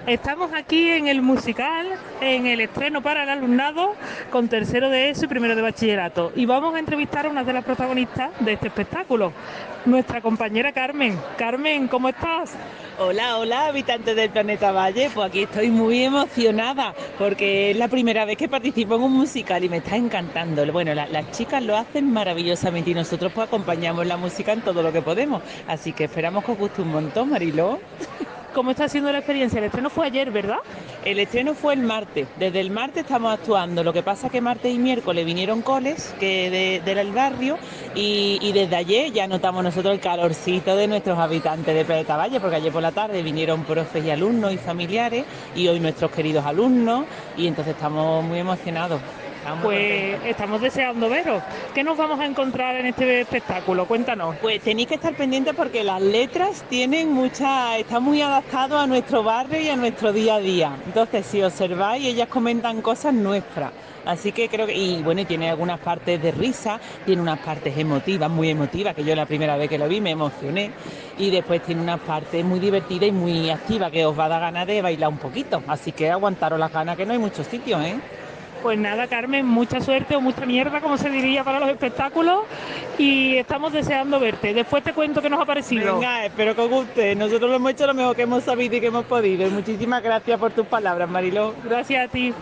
Estamos aquí en el musical, en el estreno para el alumnado, con tercero de ESO y primero de bachillerato. Y vamos a entrevistar a una de las protagonistas de este espectáculo, nuestra compañera Carmen. Carmen, ¿cómo estás? Hola, hola, habitantes del planeta Valle. Pues aquí estoy muy emocionada porque es la primera vez que participo en un musical y me está encantando. Bueno, las chicas lo hacen maravillosamente y nosotros pues acompañamos la música en todo lo que podemos. Así que esperamos que os guste un montón, Mariló. ¿Cómo está siendo la experiencia? El estreno fue ayer, ¿verdad? El estreno fue el martes. Desde el martes estamos actuando. Lo que pasa es que martes y miércoles vinieron coles del barrio y desde ayer ya notamos nosotros el calorcito de nuestros habitantes de Planeta Valle, porque ayer por la tarde vinieron profes y alumnos y familiares y hoy nuestros queridos alumnos y entonces estamos muy emocionados. Estamos muy Pues contentos. estamos deseando veros. ¿Qué nos vamos a encontrar en este espectáculo? Cuéntanos. Pues tenéis que estar pendientes porque las letras están muy adaptadas a nuestro barrio y a nuestro día a día. Entonces, si observáis, ellas comentan cosas nuestras. Así que creo que, y bueno, y tiene algunas partes de risa, tiene unas partes emotivas, muy emotivas, que yo la primera vez que lo vi me emocioné. Y después tiene unas partes muy divertidas y muy activas que os va a dar ganas de bailar un poquito. Así que aguantaros las ganas, que no hay muchos sitios, ¿eh? Pues nada, Carmen, mucha suerte o mucha mierda, como se diría, para los espectáculos. Y estamos deseando verte. Después te cuento qué nos ha parecido. Venga, espero que os guste. Nosotros lo hemos hecho lo mejor que hemos sabido y que hemos podido. Y muchísimas gracias por tus palabras, Mariló. Gracias a ti.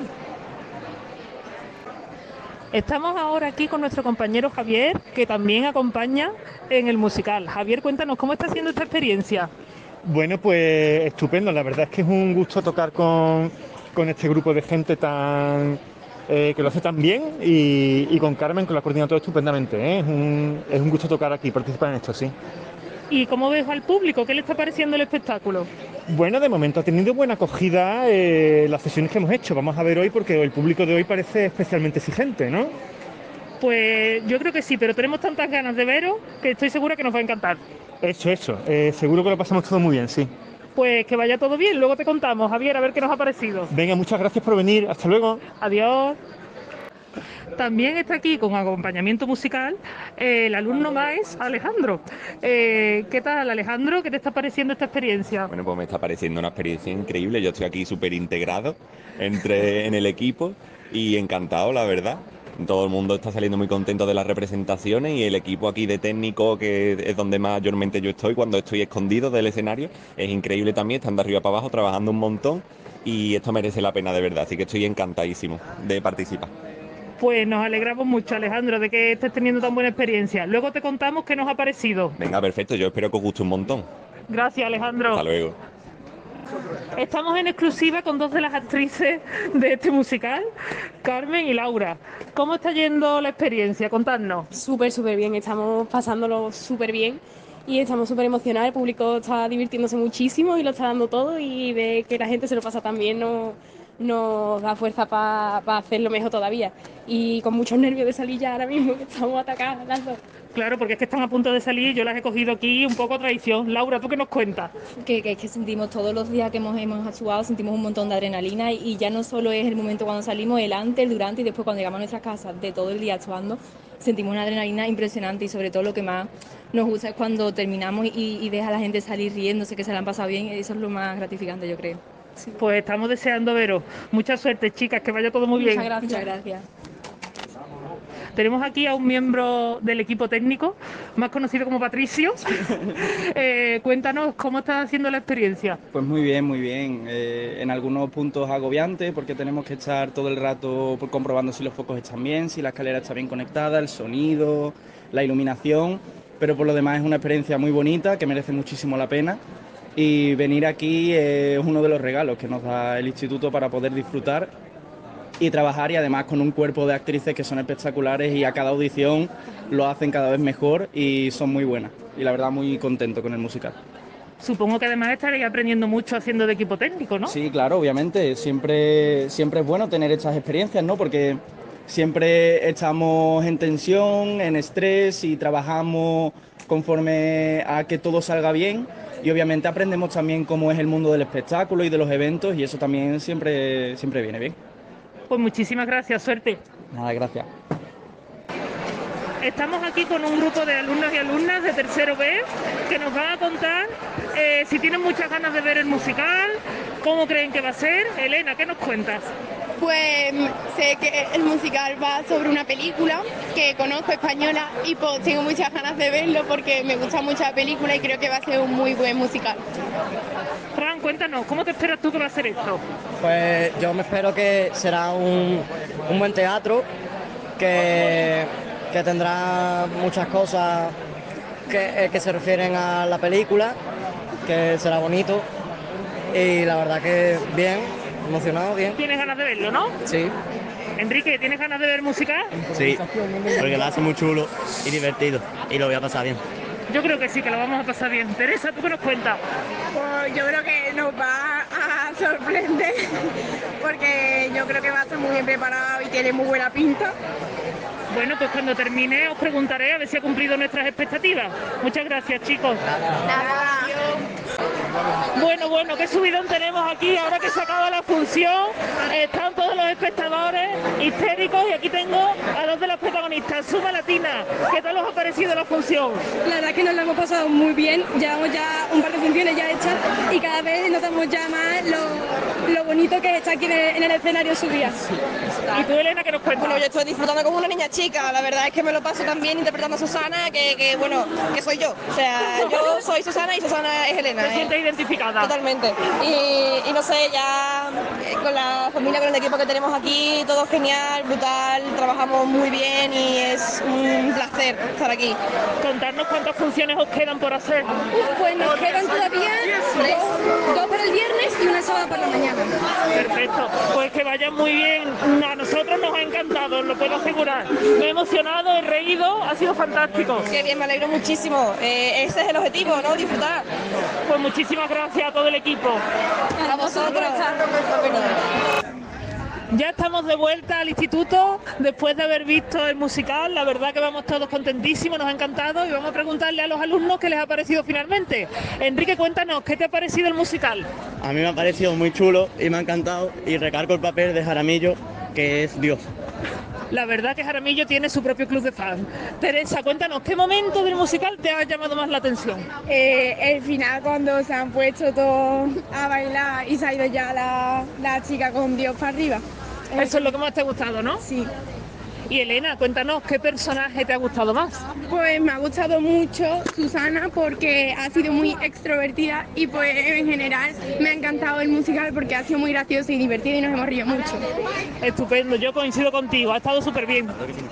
Estamos ahora aquí con nuestro compañero Javier, que también acompaña en el musical. Javier, cuéntanos cómo está siendo esta experiencia. Bueno, pues estupendo. La verdad es que es un gusto tocar con este grupo de gente tan que lo hace tan bien y con Carmen, que lo ha coordinado todo estupendamente. ¿Eh? Es un gusto tocar aquí, participar en esto, sí. ¿Y cómo ves al público? ¿Qué le está pareciendo el espectáculo? Bueno, de momento ha tenido buena acogida las sesiones que hemos hecho. Vamos a ver hoy porque el público de hoy parece especialmente exigente, ¿no? Pues yo creo que sí, pero tenemos tantas ganas de veros que estoy segura que nos va a encantar. Eso. Seguro que lo pasamos todo muy bien, sí. Pues que vaya todo bien, luego te contamos, Javier, a ver qué nos ha parecido. Venga, muchas gracias por venir. Hasta luego. Adiós. También está aquí con acompañamiento musical el alumno más Alejandro. ¿Qué tal, Alejandro? ¿Qué te está pareciendo esta experiencia? Bueno, pues me está pareciendo una experiencia increíble. Yo estoy aquí súper integrado en el equipo y encantado, la verdad. Todo el mundo está saliendo muy contento de las representaciones y el equipo aquí de técnico, que es donde mayormente yo estoy cuando estoy escondido del escenario, es increíble también, están de arriba para abajo trabajando un montón y esto merece la pena de verdad. Así que estoy encantadísimo de participar. Pues nos alegramos mucho, Alejandro, de que estés teniendo tan buena experiencia. Luego te contamos qué nos ha parecido. Venga, perfecto, yo espero que os guste un montón. Gracias, Hasta Alejandro. luego. Estamos en exclusiva con dos de las actrices de este musical, Carmen y Laura. ¿Cómo está yendo la experiencia? Contadnos. Súper, súper bien, estamos pasándolo súper bien y estamos súper emocionados, el público está divirtiéndose muchísimo y lo está dando todo y de que la gente se lo pasa tan bien nos da fuerza para hacerlo mejor todavía. Y con muchos nervios de salir ya ahora mismo, que estamos atacadas las dos. Claro, porque es que están a punto de salir y yo las he cogido aquí un poco a traición. Laura, ¿tú qué nos cuentas? Que es que sentimos todos los días que hemos actuado, sentimos un montón de adrenalina y ya no solo es el momento cuando salimos, el antes, el durante y después cuando llegamos a nuestras casas de todo el día actuando, sentimos una adrenalina impresionante y sobre todo lo que más nos gusta es cuando terminamos y deja a la gente salir riéndose, que se la han pasado bien, eso es lo más gratificante, yo creo. Sí. Pues estamos deseando veros. Mucha suerte, chicas, que vaya todo muy bien. Muchas gracias. Muchas gracias. Tenemos aquí a un miembro del equipo técnico, más conocido como Patricio. Cuéntanos cómo está haciendo la experiencia. Pues muy bien, muy bien. En algunos puntos agobiantes porque tenemos que estar todo el rato comprobando si los focos están bien, si la escalera está bien conectada, el sonido, la iluminación, pero por lo demás es una experiencia muy bonita que merece muchísimo la pena y venir aquí es uno de los regalos que nos da el instituto para poder disfrutar y trabajar y además con un cuerpo de actrices que son espectaculares y a cada audición lo hacen cada vez mejor y son muy buenas y la verdad muy contento con el musical. Supongo que además estaréis aprendiendo mucho haciendo de equipo técnico, ¿no? Sí, claro, obviamente, siempre es bueno tener estas experiencias, ¿no? Porque siempre estamos en tensión, en estrés y trabajamos conforme a que todo salga bien y obviamente aprendemos también cómo es el mundo del espectáculo y de los eventos y eso también siempre viene bien. Pues muchísimas gracias, suerte. Nada, gracias. Estamos aquí con un grupo de alumnos y alumnas de tercero B que nos van a contar si tienen muchas ganas de ver el musical, ¿Cómo creen que va a ser? Elena, ¿qué nos cuentas? Pues sé que el musical va sobre una película que conozco española y pues tengo muchas ganas de verlo porque me gusta mucho la película y creo que va a ser un muy buen musical. Fran, cuéntanos, ¿cómo te esperas tú que va a ser esto? Pues yo me espero que será un buen teatro, que tendrá muchas cosas que se refieren a la película, que será bonito y la verdad que bien, emocionado, bien. ¿Tienes ganas de verlo, no? Sí. Enrique, ¿tienes ganas de ver musical? Sí, porque lo hace muy chulo y divertido y lo voy a pasar bien. Yo creo que sí, que lo vamos a pasar bien. Teresa, ¿tú qué nos cuentas? Pues yo creo que nos va a sorprender porque yo creo que va a estar muy bien preparado y tiene muy buena pinta. Bueno, pues cuando termine os preguntaré a ver si ha cumplido nuestras expectativas. Muchas gracias, chicos. Bueno, qué subidón tenemos aquí ahora que se acaba la función. Están todos los espectadores histéricos y aquí tengo a dos de las protagonistas. Suma Latina, ¿qué tal os ha parecido la función? La verdad es que nos lo hemos pasado muy bien, llevamos ya un par de funciones ya hechas y cada vez notamos ya más lo bonito que es estar aquí en el escenario su día. ¿Y tú, Elena, qué nos cuentas? Bueno, yo estoy disfrutando como una niña chica, la verdad es que me lo paso tan bien interpretando a Susana que soy yo. O sea, yo soy Susana y Susana es Elena. ¿Te sientes identificada? Totalmente. Y no sé, ya con la familia, con el equipo que tenemos aquí, todo genial, brutal, trabajamos muy bien y es un placer estar aquí. Contarnos cuántas funciones os quedan por hacer. Pues nos quedan todavía dos para el viernes y una sábado por la mañana. Perfecto, pues que vayan muy bien. A nosotros nos ha encantado, os lo puedo asegurar. Me he emocionado, he reído, ha sido fantástico. Qué bien, me alegro muchísimo. Ese es el objetivo, ¿no? Disfrutar. Pues muchísimas gracias a todo el equipo. A vosotros. Ya estamos de vuelta al instituto después de haber visto el musical. La verdad que vamos todos contentísimos, nos ha encantado y vamos a preguntarle a los alumnos qué les ha parecido finalmente. Enrique, cuéntanos, ¿qué te ha parecido el musical? A mí me ha parecido muy chulo y me ha encantado y recargo el papel de Jaramillo, que es Dios. La verdad que Jaramillo tiene su propio club de fans. Teresa, cuéntanos, ¿qué momento del musical te ha llamado más la atención? El final cuando se han puesto todos a bailar y se ha ido ya la chica con Dios para arriba. Eso es lo que más te ha gustado, ¿no? Sí. Y Elena, cuéntanos, ¿qué personaje te ha gustado más? Pues me ha gustado mucho Susana porque ha sido muy extrovertida y pues en general me ha encantado el musical porque ha sido muy gracioso y divertido y nos hemos reído mucho. Estupendo, yo coincido contigo, ha estado súper bien.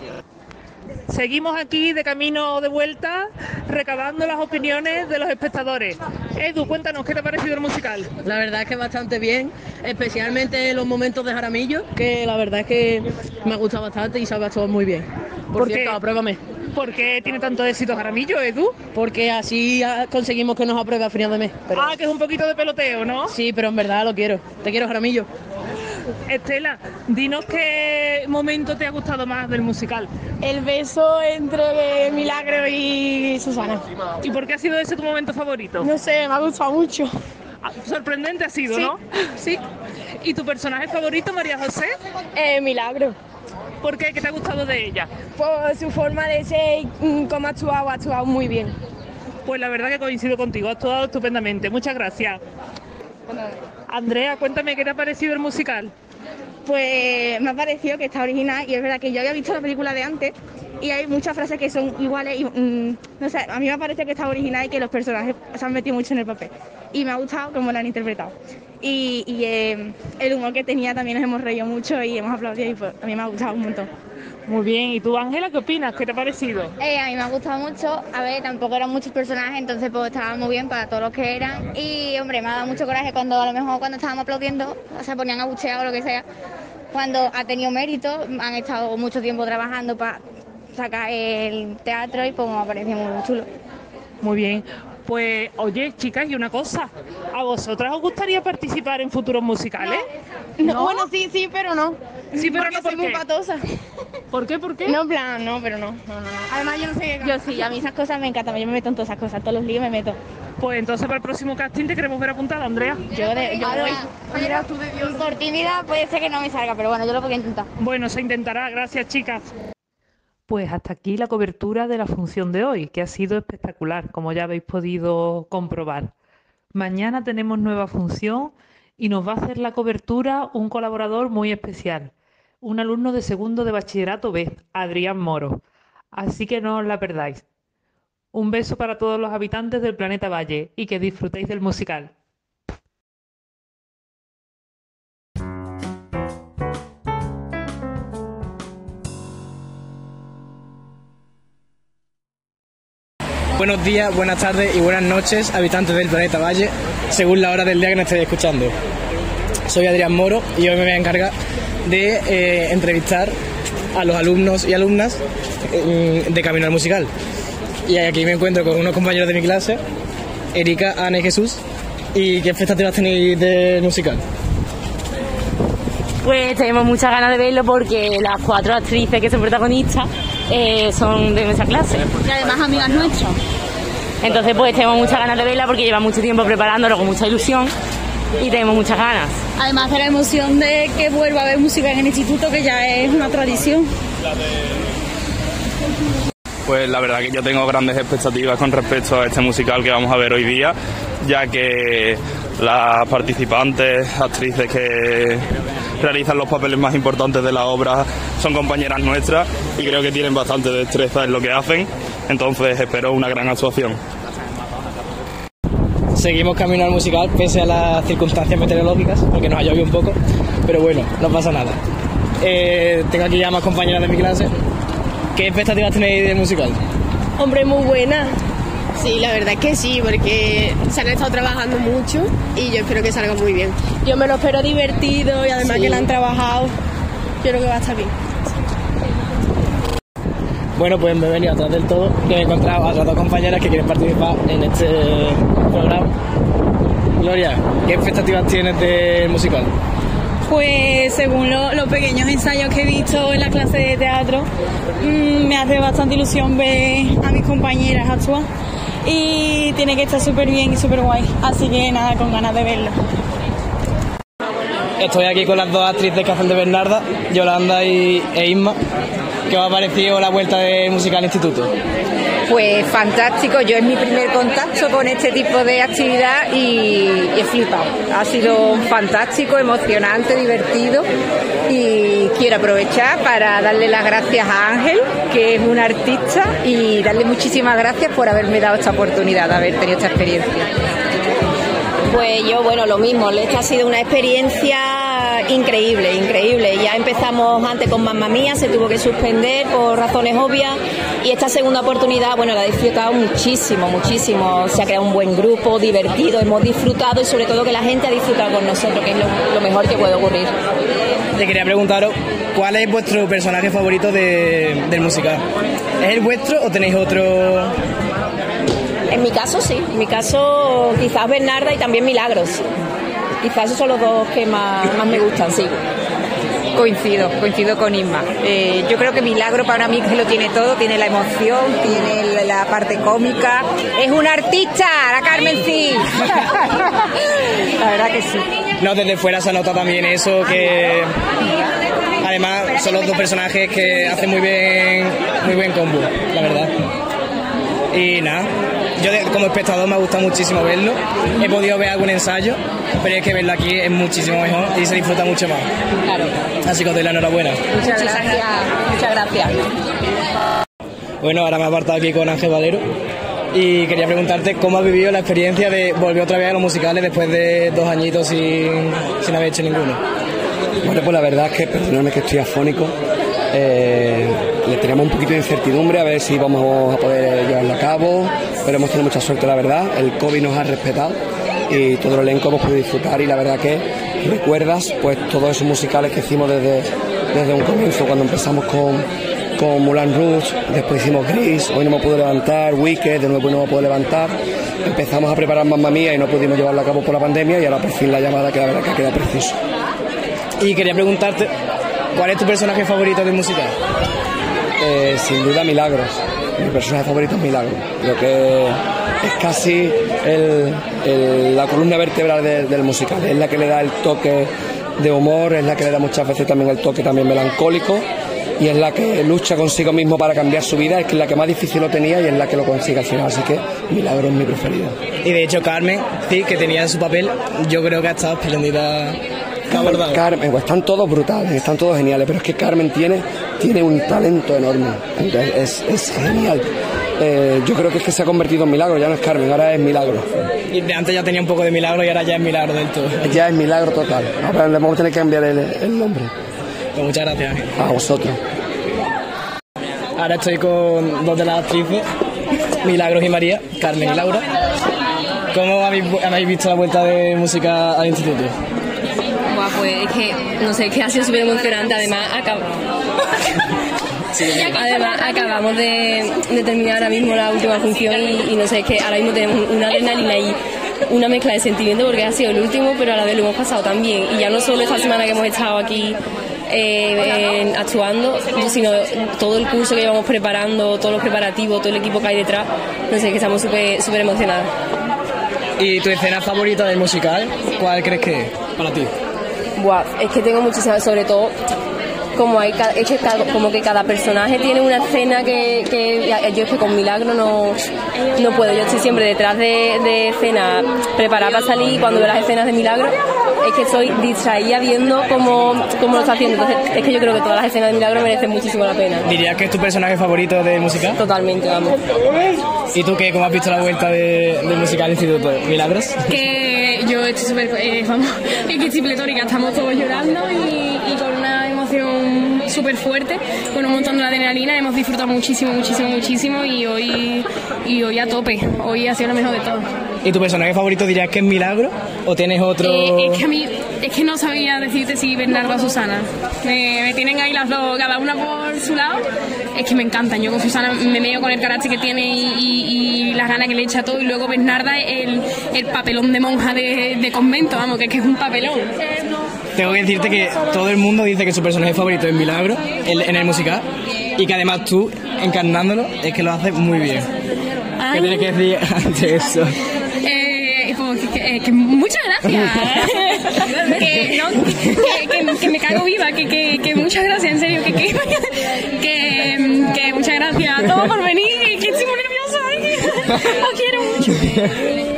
Seguimos aquí de camino de vuelta, recabando las opiniones de los espectadores. Edu, cuéntanos, ¿qué te ha parecido el musical? La verdad es que bastante bien, especialmente los momentos de Jaramillo, que la verdad es que me ha gustado bastante y se ha actuado muy bien. Por cierto, apruébame. ¿Por qué tiene tanto éxito Jaramillo, Edu? Porque así conseguimos que nos apruebe a final de mes. Pero... que es un poquito de peloteo, ¿no? Sí, pero en verdad lo quiero. Te quiero, Jaramillo. Estela, dinos qué momento te ha gustado más del musical. El beso entre Milagro y Susana. ¿Y por qué ha sido ese tu momento favorito? No sé, me ha gustado mucho. Sorprendente ha sido, sí. ¿no? Sí. ¿Y tu personaje favorito, María José? Milagro. ¿Por qué? ¿Qué te ha gustado de ella? Por su forma de ser, cómo ha actuado muy bien. Pues la verdad que coincido contigo, ha actuado estupendamente. Muchas gracias. Andrea, cuéntame, ¿qué te ha parecido el musical? Pues me ha parecido que está original y es verdad que yo había visto la película de antes y hay muchas frases que son iguales y no sé, a mí me parece que está original y que los personajes se han metido mucho en el papel y me ha gustado cómo lo han interpretado y el humor que tenía también nos hemos reído mucho y hemos aplaudido y pues a mí me ha gustado un montón. Muy bien, ¿y tú, Ángela, qué opinas? ¿Qué te ha parecido? A mí me ha gustado mucho, a ver, tampoco eran muchos personajes, entonces pues estaba muy bien para todos los que eran y hombre, me ha dado mucho coraje cuando a lo mejor cuando estábamos aplaudiendo se ponían a buchear o lo que sea, cuando ha tenido mérito, han estado mucho tiempo trabajando para sacar el teatro y pues me ha parecido muy chulo. Muy bien. Pues, oye, chicas, y una cosa, ¿a vosotras os gustaría participar en futuros musicales? No. Bueno, sí, pero no. Sí, pero porque no, ¿por soy qué? muy patosa. ¿Por qué? ¿Por qué? No, en plan, no, pero no. Además, yo no sé. Yo sí, a mí esas cosas me encantan, yo me meto en todas esas cosas, todos los líos me meto. Pues entonces para el próximo casting te queremos ver apuntada, Andrea. Yo voy. Mira, tú de Dios. Por tímida puede ser que no me salga, pero bueno, yo lo voy a intentar. Bueno, se intentará, gracias, chicas. Pues hasta aquí la cobertura de la función de hoy, que ha sido espectacular, como ya habéis podido comprobar. Mañana tenemos nueva función y nos va a hacer la cobertura un colaborador muy especial, un alumno de segundo de bachillerato B, Adrián Moro. Así que no os la perdáis. Un beso para todos los habitantes del planeta Valle y que disfrutéis del musical. Buenos días, buenas tardes y buenas noches, habitantes del planeta Valle, según la hora del día que nos estéis escuchando. Soy Adrián Moro y hoy me voy a encargar de entrevistar a los alumnos y alumnas de Camino al Musical. Y aquí me encuentro con unos compañeros de mi clase, Erika, Ana y Jesús. ¿Y qué expectativas tenéis del musical? Pues tenemos muchas ganas de verlo porque las 4 actrices que son protagonistas son de nuestra clase. Y además amigas nuestras. Entonces pues tenemos muchas ganas de verla porque lleva mucho tiempo preparándolo con mucha ilusión y tenemos muchas ganas. Además de la emoción de que vuelva a haber música en el instituto, que ya es una tradición. Pues la verdad que yo tengo grandes expectativas con respecto a este musical que vamos a ver hoy día, ya que las participantes, actrices que realizan los papeles más importantes de la obra son compañeras nuestras y creo que tienen bastante destreza en lo que hacen, entonces espero una gran actuación. Seguimos Camino al Musical pese a las circunstancias meteorológicas, porque nos ha llovido un poco, pero bueno, no pasa nada. Tengo aquí ya más compañeras de mi clase. ¿Qué expectativas tenéis del musical? Hombre, muy buena. Sí, la verdad es que sí, porque se han estado trabajando mucho y yo espero que salga muy bien. Yo me lo espero divertido y además que lo han trabajado. Yo creo que va a estar bien. Bueno, pues me he venido atrás del todo y me he encontrado a otras dos compañeras que quieren participar en este programa. Gloria, ¿qué expectativas tienes del musical? Pues según los pequeños ensayos que he visto en la clase de teatro, me hace bastante ilusión ver a mis compañeras actuar y tiene que estar súper bien y súper guay, así que nada, con ganas de verlo. Estoy aquí con las dos actrices que hacen de Bernarda, Yolanda e Isma. ¿Qué os ha parecido la vuelta de musical al instituto? Pues fantástico, yo es mi primer contacto con este tipo de actividad y he flipado. Ha sido fantástico, emocionante, divertido y quiero aprovechar para darle las gracias a Ángel, que es un artista, y darle muchísimas gracias por haberme dado esta oportunidad de haber tenido esta experiencia. Pues yo, bueno, lo mismo, esta ha sido una experiencia increíble. Ya empezamos antes con Mamma Mía, se tuvo que suspender por razones obvias y esta segunda oportunidad, bueno, la he disfrutado muchísimo, se ha creado un buen grupo, divertido, hemos disfrutado y sobre todo que la gente ha disfrutado con nosotros, que es lo mejor que puede ocurrir. Te quería preguntaros, ¿cuál es vuestro personaje favorito del musical? ¿Es el vuestro o tenéis otro...? En mi caso sí, quizás Bernarda y también Milagros. Quizás esos son los dos que más me gustan, sí. Coincido con Isma. Yo creo que Milagro para mí que lo tiene todo, tiene la emoción, tiene la parte cómica. Es una artista, la Carmen sí. La verdad que sí. No, desde fuera se nota también eso, que además son los dos personajes que hacen muy buen combo, la verdad. Y nada, yo como espectador me ha gustado muchísimo verlo. He podido ver algún ensayo, pero es que verlo aquí es muchísimo mejor y se disfruta mucho más. Claro. Así que os doy la enhorabuena. Muchas gracias. Bueno, ahora me he apartado aquí con Ángel Valero y quería preguntarte cómo has vivido la experiencia de volver otra vez a los musicales después de 2 añitos sin haber hecho ninguno. Bueno, pues la verdad es que, perdóname que estoy afónico, le tenemos un poquito de incertidumbre a ver si vamos a poder llevarlo a cabo, pero hemos tenido mucha suerte, la verdad. El COVID nos ha respetado y todo el elenco hemos podido disfrutar y la verdad que recuerdas pues todos esos musicales que hicimos desde un comienzo, cuando empezamos con Moulin Rouge, después hicimos Gris, hoy no me puedo levantar, Wicked, de nuevo no me puedo levantar, empezamos a preparar Mamma Mía y no pudimos llevarlo a cabo por la pandemia y ahora por fin la llamada, que la verdad que queda precioso. Y quería preguntarte, ¿cuál es tu personaje favorito del musical? Sin duda Milagros. Mi personaje favorito es Milagros. Creo que es casi la columna vertebral del musical. Es la que le da el toque de humor, es la que le da muchas veces también el toque también melancólico y es la que lucha consigo mismo para cambiar su vida, es la que más difícil lo tenía y es la que lo consigue al final, así que Milagro es mi preferida. Y de hecho Carmen, sí, que tenía su papel, yo creo que ha estado espléndida. Carmen, pues están todos brutales, están todos geniales, pero es que Carmen tiene un talento enorme, entonces es genial. Yo creo que es que se ha convertido en Milagro, ya no es Carmen, ahora es Milagro. Y de antes ya tenía un poco de Milagro y ahora ya es Milagro del todo. Ya es Milagro total, ahora le vamos a tener que cambiar el nombre. Pues muchas gracias. A vosotros. Ahora estoy con dos de las actrices, Milagros y María, Carmen y Laura. ¿Cómo habéis visto la vuelta de música al instituto? Pues es que, no sé, es que ha sido súper emocionante. Además, acabamos de terminar ahora mismo la última función y no sé, es que ahora mismo tenemos una adrenalina y una mezcla de sentimientos porque ha sido el último, pero a la vez lo hemos pasado tan bien. Y ya no solo esta semana que hemos estado aquí actuando, sino todo el curso que llevamos preparando, todos los preparativos, todo el equipo que hay detrás. No sé, es que estamos súper emocionados. ¿Y tu escena favorita del musical? ¿Cuál crees que es para ti? Buah, es que tengo muchísimas, sobre todo como como que cada personaje tiene una escena que yo es que con Milagro no puedo. Yo estoy siempre detrás de escena preparada para salir y cuando veo las escenas de Milagro es que estoy distraída viendo cómo lo está haciendo. Entonces es que yo creo que todas las escenas de Milagro merecen muchísimo la pena. ¿Dirías que es tu personaje favorito del musical? Totalmente, vamos. ¿Y tú qué? ¿Cómo has visto la vuelta del musical Instituto? ¿Milagros? Que yo estoy súper, es que estoy pletórica, estamos todos llorando y con una emoción súper fuerte, con un montón de adrenalina, hemos disfrutado muchísimo y hoy a tope, hoy ha sido lo mejor de todo. ¿Y tu personaje favorito dirías que es Milagro o tienes otro? Es que a mí, es que no sabía decirte si Bernardo o Susana, me tienen ahí las dos, cada una por su lado, es que me encantan, yo con Susana me meo con el carácter que tiene y las ganas que le echa todo, y luego Bernarda el papelón de monja de convento, vamos, que es un papelón. Tengo que decirte que todo el mundo dice que su personaje favorito es Milagro en el musical y que además tú, encarnándolo, es que lo haces muy bien. ¿Qué tienes que decir ante eso? Que muchas gracias. que me cago viva, que muchas gracias, en serio, que muchas gracias a todos por venir, que estoy muy nerviosa, os quiero mucho.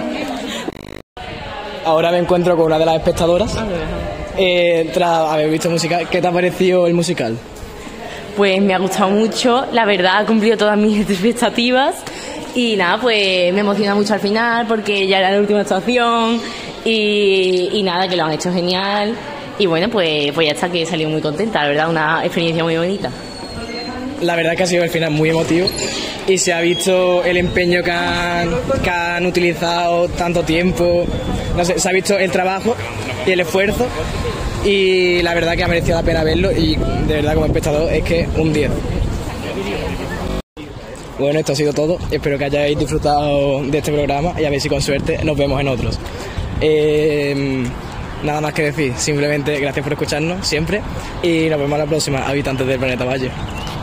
Ahora me encuentro con una de las espectadoras. Tras haber visto musical, ¿qué te ha parecido el musical? Pues me ha gustado mucho, la verdad ha cumplido todas mis expectativas y nada, pues me emociona mucho al final porque ya era la última actuación y nada, que lo han hecho genial y bueno, pues ya está, que he salido muy contenta, la verdad, una experiencia muy bonita. La verdad que ha sido al final muy emotivo y se ha visto el empeño que han utilizado tanto tiempo, no sé, se ha visto el trabajo y el esfuerzo y la verdad que ha merecido la pena verlo y de verdad como espectador es que un 10. Bueno, esto ha sido todo, espero que hayáis disfrutado de este programa y a ver si con suerte nos vemos en otros. Nada más que decir, simplemente gracias por escucharnos siempre y nos vemos la próxima, habitantes del planeta Valle.